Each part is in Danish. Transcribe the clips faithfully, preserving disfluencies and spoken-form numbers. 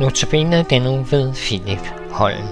Notabene denne uge ved Philip Holm.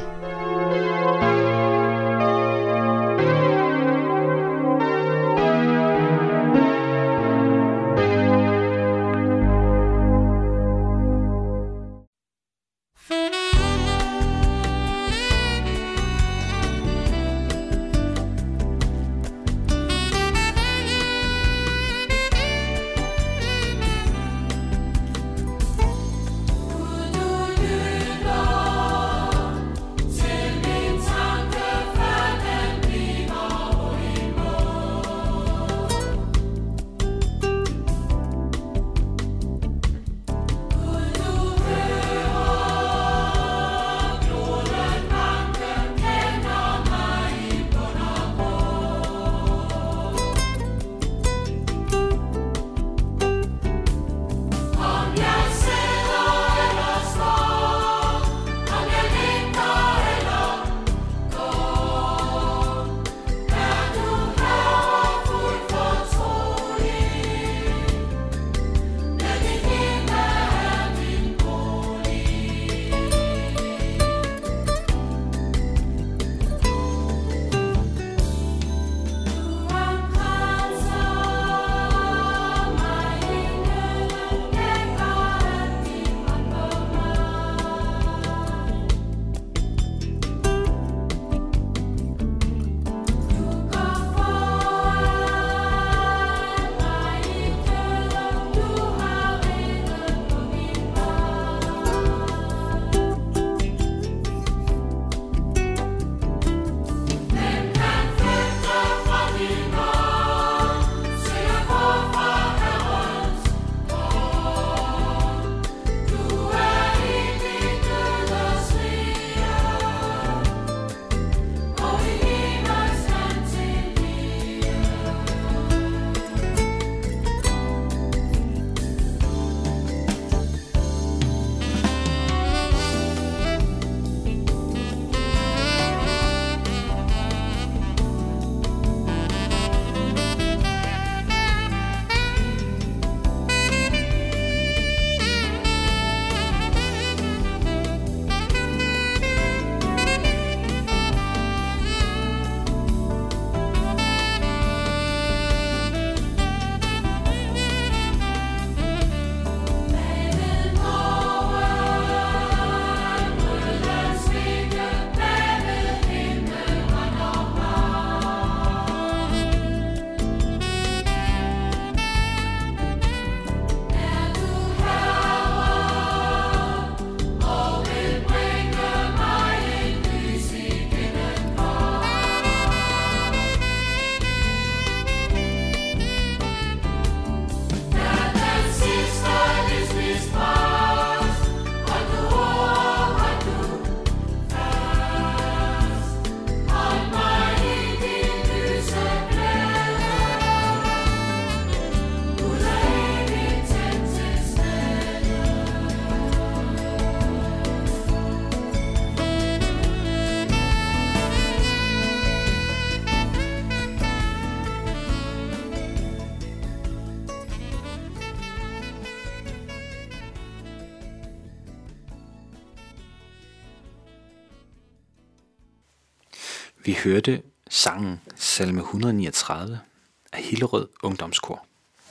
Vi hørte sangen salme et hundrede niogtredive af Hillerød Ungdomskor.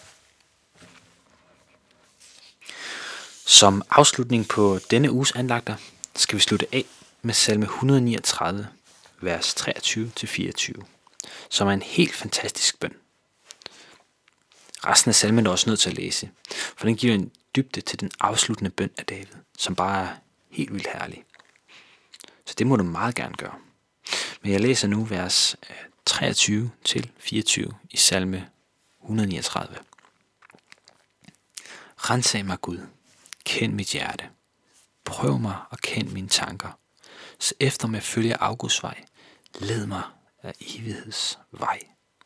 Som afslutning på denne uges andagter skal vi slutte af med salme et hundrede niogtredive, vers treogtyve til fireogtyve, som er en helt fantastisk bøn. Resten af salmen er også nødt til at læse, for den giver en dybde til den afsluttende bøn af David, som bare er helt vildt herlig. Så det må du meget gerne gøre. Men jeg læser nu vers treogtyve til fireogtyve i salme et hundrede niogtredive. Rensag mig, Gud, kend mit hjerte. Prøv mig og kend mine tanker. Så efter mig følger Augusts vej. Led mig af evigheds vej.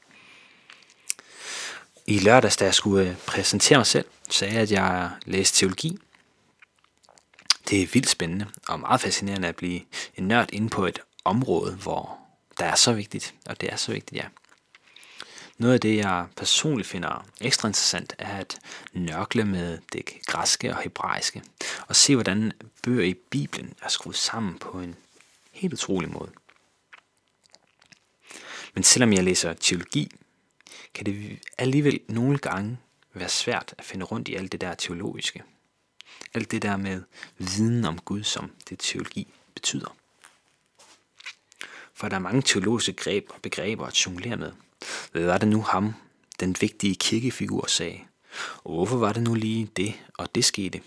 I lørdags, da jeg skulle præsentere mig selv, sagde jeg, at jeg læste teologi. Det er vildt spændende og meget fascinerende at blive en nørd inde på et område, hvor der er så vigtigt, og det er så vigtigt, ja. Noget af det, jeg personligt finder ekstra interessant, er at nørkle med det græske og hebraiske, og se, hvordan bøger i Bibelen er skruet sammen på en helt utrolig måde. Men selvom jeg læser teologi, kan det alligevel nogle gange være svært at finde rundt i alt det der teologiske. Alt det der med viden om Gud, som det teologi betyder. For der er mange teologiske greb og begreber at jonglere med. Hvad var det nu ham, den vigtige kirkefigur, sagde? Og hvorfor var det nu lige det, og det skete?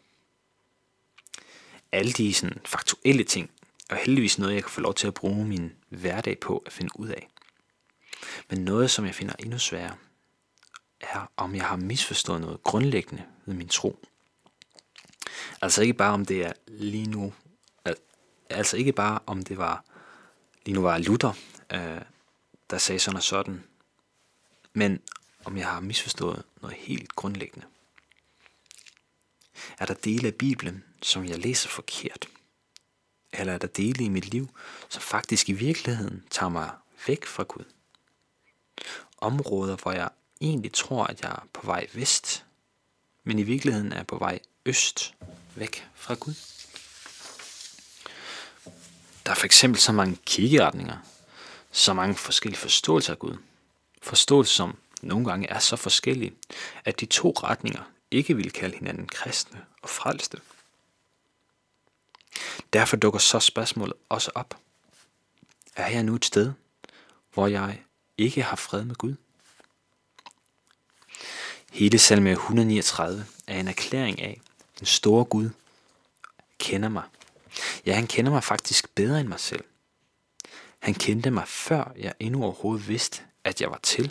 Alle de sådan, faktuelle ting er heldigvis noget, jeg kan få lov til at bruge min hverdag på at finde ud af. Men noget, som jeg finder endnu sværere, er, om jeg har misforstået noget grundlæggende ved min tro. Altså ikke bare, om det er lige nu, altså ikke bare, om det var, lige nu var Luther, øh, der sagde sådan og sådan, men om jeg har misforstået noget helt grundlæggende. Er der dele af Bibelen, som jeg læser forkert? Eller er der dele i mit liv, som faktisk i virkeligheden tager mig væk fra Gud? Områder, hvor jeg egentlig tror, at jeg er på vej vest, men i virkeligheden er på vej øst, væk fra Gud. Der er for eksempel så mange kirkeretninger, så mange forskellige forståelser af Gud. Forståelser, som nogle gange er så forskellige, at de to retninger ikke vil kalde hinanden kristne og frelste. Derfor dukker så spørgsmålet også op. Er jeg nu et sted, hvor jeg ikke har fred med Gud? Hele salme et hundrede niogtredive er en erklæring af, at den store Gud kender mig. Ja, han kender mig faktisk bedre end mig selv. Han kendte mig, før jeg endnu overhovedet vidste, at jeg var til.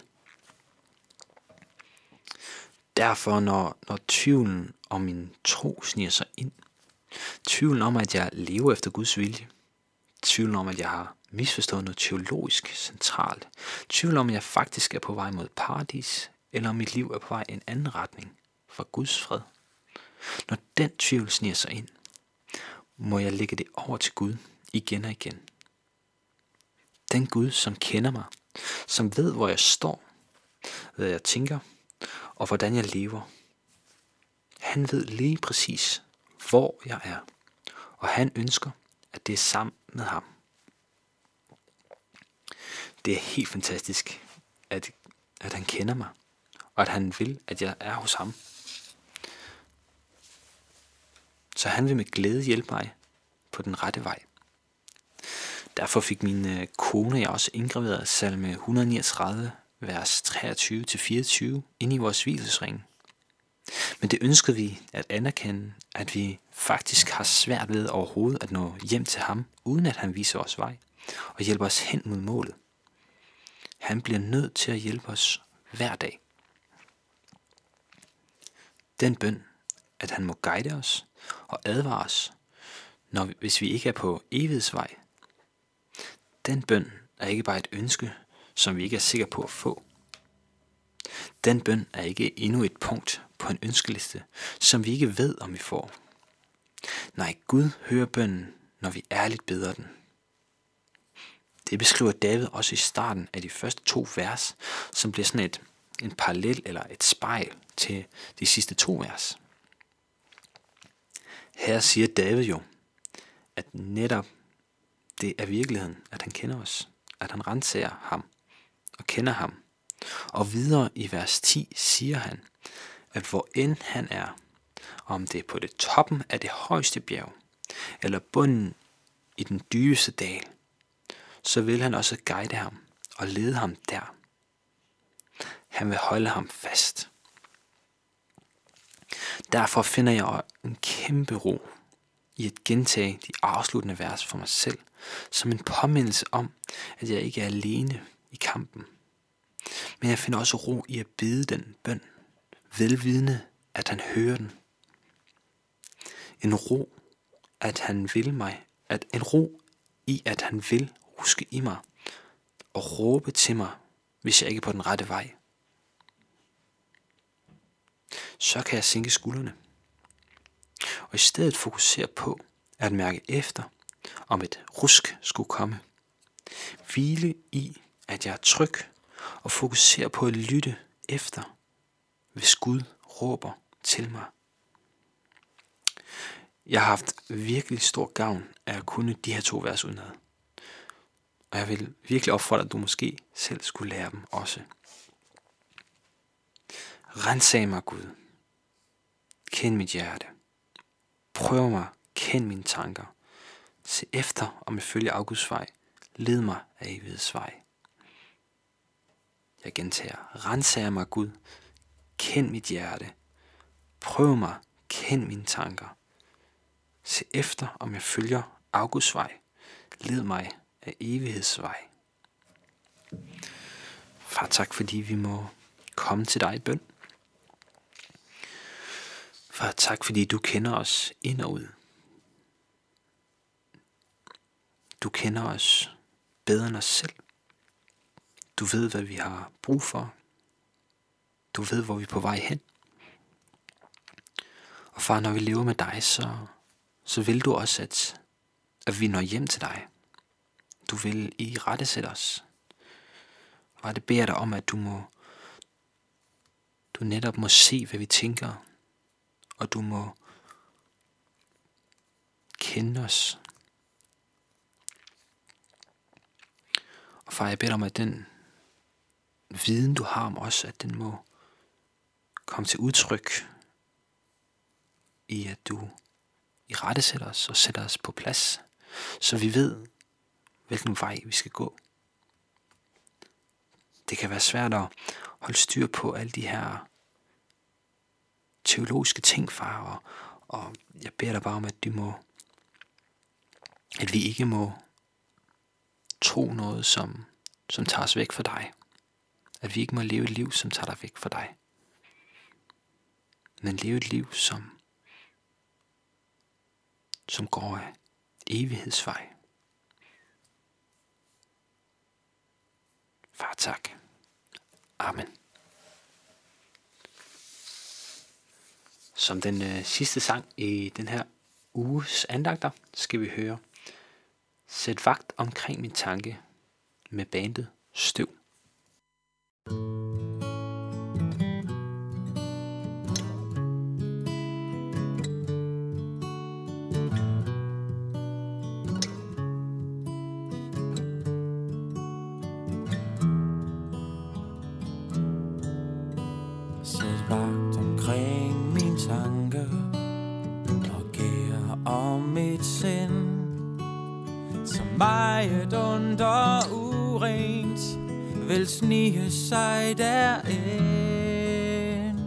Derfor, når, når tvivlen om min tro sniger sig ind, tvivlen om, at jeg lever efter Guds vilje, tvivlen om, at jeg har misforstået noget teologisk centralt, tvivlen om, at jeg faktisk er på vej mod paradis, eller om mit liv er på vej i en anden retning for Guds fred. Når den tvivl sniger sig ind, må jeg lægge det over til Gud igen og igen. Den Gud, som kender mig, som ved, hvor jeg står, hvad jeg tænker, og hvordan jeg lever. Han ved lige præcis, hvor jeg er, og han ønsker, at det er sammen med ham. Det er helt fantastisk, at, at han kender mig, og at han vil, at jeg er hos ham. Så han vil med glæde hjælpe mig på den rette vej. Derfor fik min kone og jeg også indgraveret salme et hundrede niogtredive, vers treogtyve til fireogtyve, ind i vores vielsesring. Men det ønskede vi at anerkende, at vi faktisk har svært ved overhovedet at nå hjem til ham, uden at han viser os vej og hjælper os hen mod målet. Han bliver nødt til at hjælpe os hver dag. Den bøn, at han må guide os og advare os, når vi, hvis vi ikke er på evighedsvej. Den bøn er ikke bare et ønske, som vi ikke er sikre på at få. Den bøn er ikke endnu et punkt på en ønskeliste, som vi ikke ved, om vi får. Nej, Gud hører bønnen, når vi ærligt beder den. Det beskriver David også i starten af de første to vers, som bliver sådan et, en parallel eller et spejl til de sidste to vers. Her siger David jo, at netop det er virkeligheden, at han kender os, at han renser ham og kender ham. Og videre i vers ti siger han, at hvor end han er, om det er på det toppen af det højeste bjerg, eller bunden i den dybeste dal, så vil han også guide ham og lede ham der. Han vil holde ham fast. Derfor finder jeg en kæmpe ro i at gentage de afsluttende vers for mig selv, som en påmindelse om, at jeg ikke er alene i kampen. Men jeg finder også ro i at bede den bøn, velvidende, at han hører den. En ro, at han vil mig, at en ro i, at han vil ruske i mig og råbe til mig, hvis jeg ikke er på den rette vej. Så kan jeg sænke skuldrene, og i stedet fokusere på at mærke efter, om et rusk skulle komme. Hvile i, at jeg er tryg og fokusere på at lytte efter, hvis Gud råber til mig. Jeg har haft virkelig stor gavn af at kunne de her to vers udenad. Og jeg vil virkelig opfordre, at du måske selv skulle lære dem også. Rensag mig, Gud. Kend mit hjerte. Prøv mig. Kend mine tanker. Se efter, om jeg følger Augusts vej. Led mig af evigheds vej. Jeg gentager. Rensag mig, Gud. Kend mit hjerte. Prøv mig. Kend mine tanker. Se efter, om jeg følger Augusts vej. Led mig af evigheds vej. Far, tak fordi vi må komme til dig i bøn. Far, tak fordi du kender os ind og ud. Du kender os bedre end os selv. Du ved, hvad vi har brug for. Du ved, hvor vi er på vej hen. Og far, når vi lever med dig, så, så vil du også, at, at vi når hjem til dig. Du vil i rette sætte os. Og det beder dig om, at du må, du netop må se, hvad vi tænker. Og du må kende os. Og far, jeg beder dig om, at den viden, du har om os, at den må komme til udtryk i, at du i rette sætter os og sætter os på plads, så vi ved, hvilken vej vi skal gå. Det kan være svært at holde styr på alle de her teologiske ting, far, og, og jeg beder dig bare om, at, de må, at vi ikke må tro noget, som, som tager os væk fra dig. At vi ikke må leve et liv, som tager dig væk fra dig. Men leve et liv, som, som går af evighedsvej. Far, tak. Amen. Som den øh, sidste sang i den her uges andagter, skal vi høre Sæt vagt omkring min tanke med bandet Støv. Sæt vagt omkring min tanke og gær om mit sind. Så meget under urent vil snige sig derind.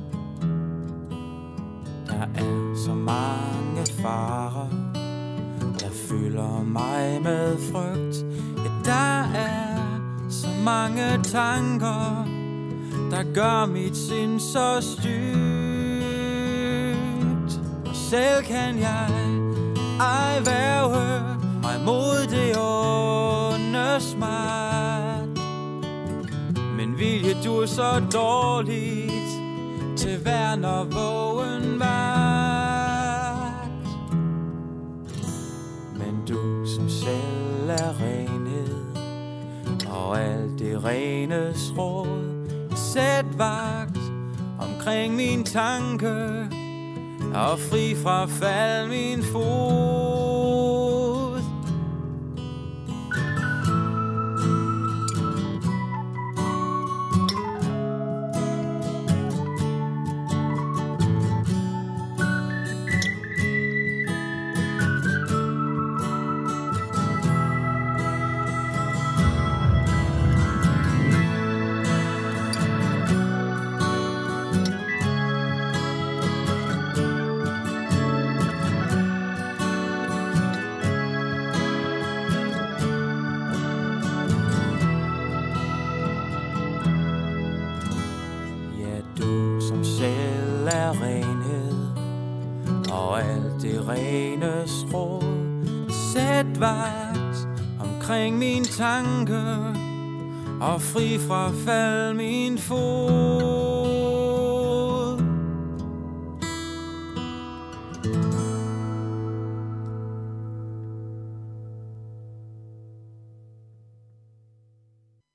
Der er så mange farer, der fylder mig med frygt. Ja, der er så mange tanker, der gør mit sind så stygt. Og selv kan jeg ej værge mig mod det ondes magt. Men vilje du så dårligt til værn og vågen magt. Men du som selv er renhed og alt det renes råd, sæt vagt omkring min tanke og fri fra fald min fod. Renhed og alt det renes råd, sæt vagt omkring min tanke og fri fra fald min fod.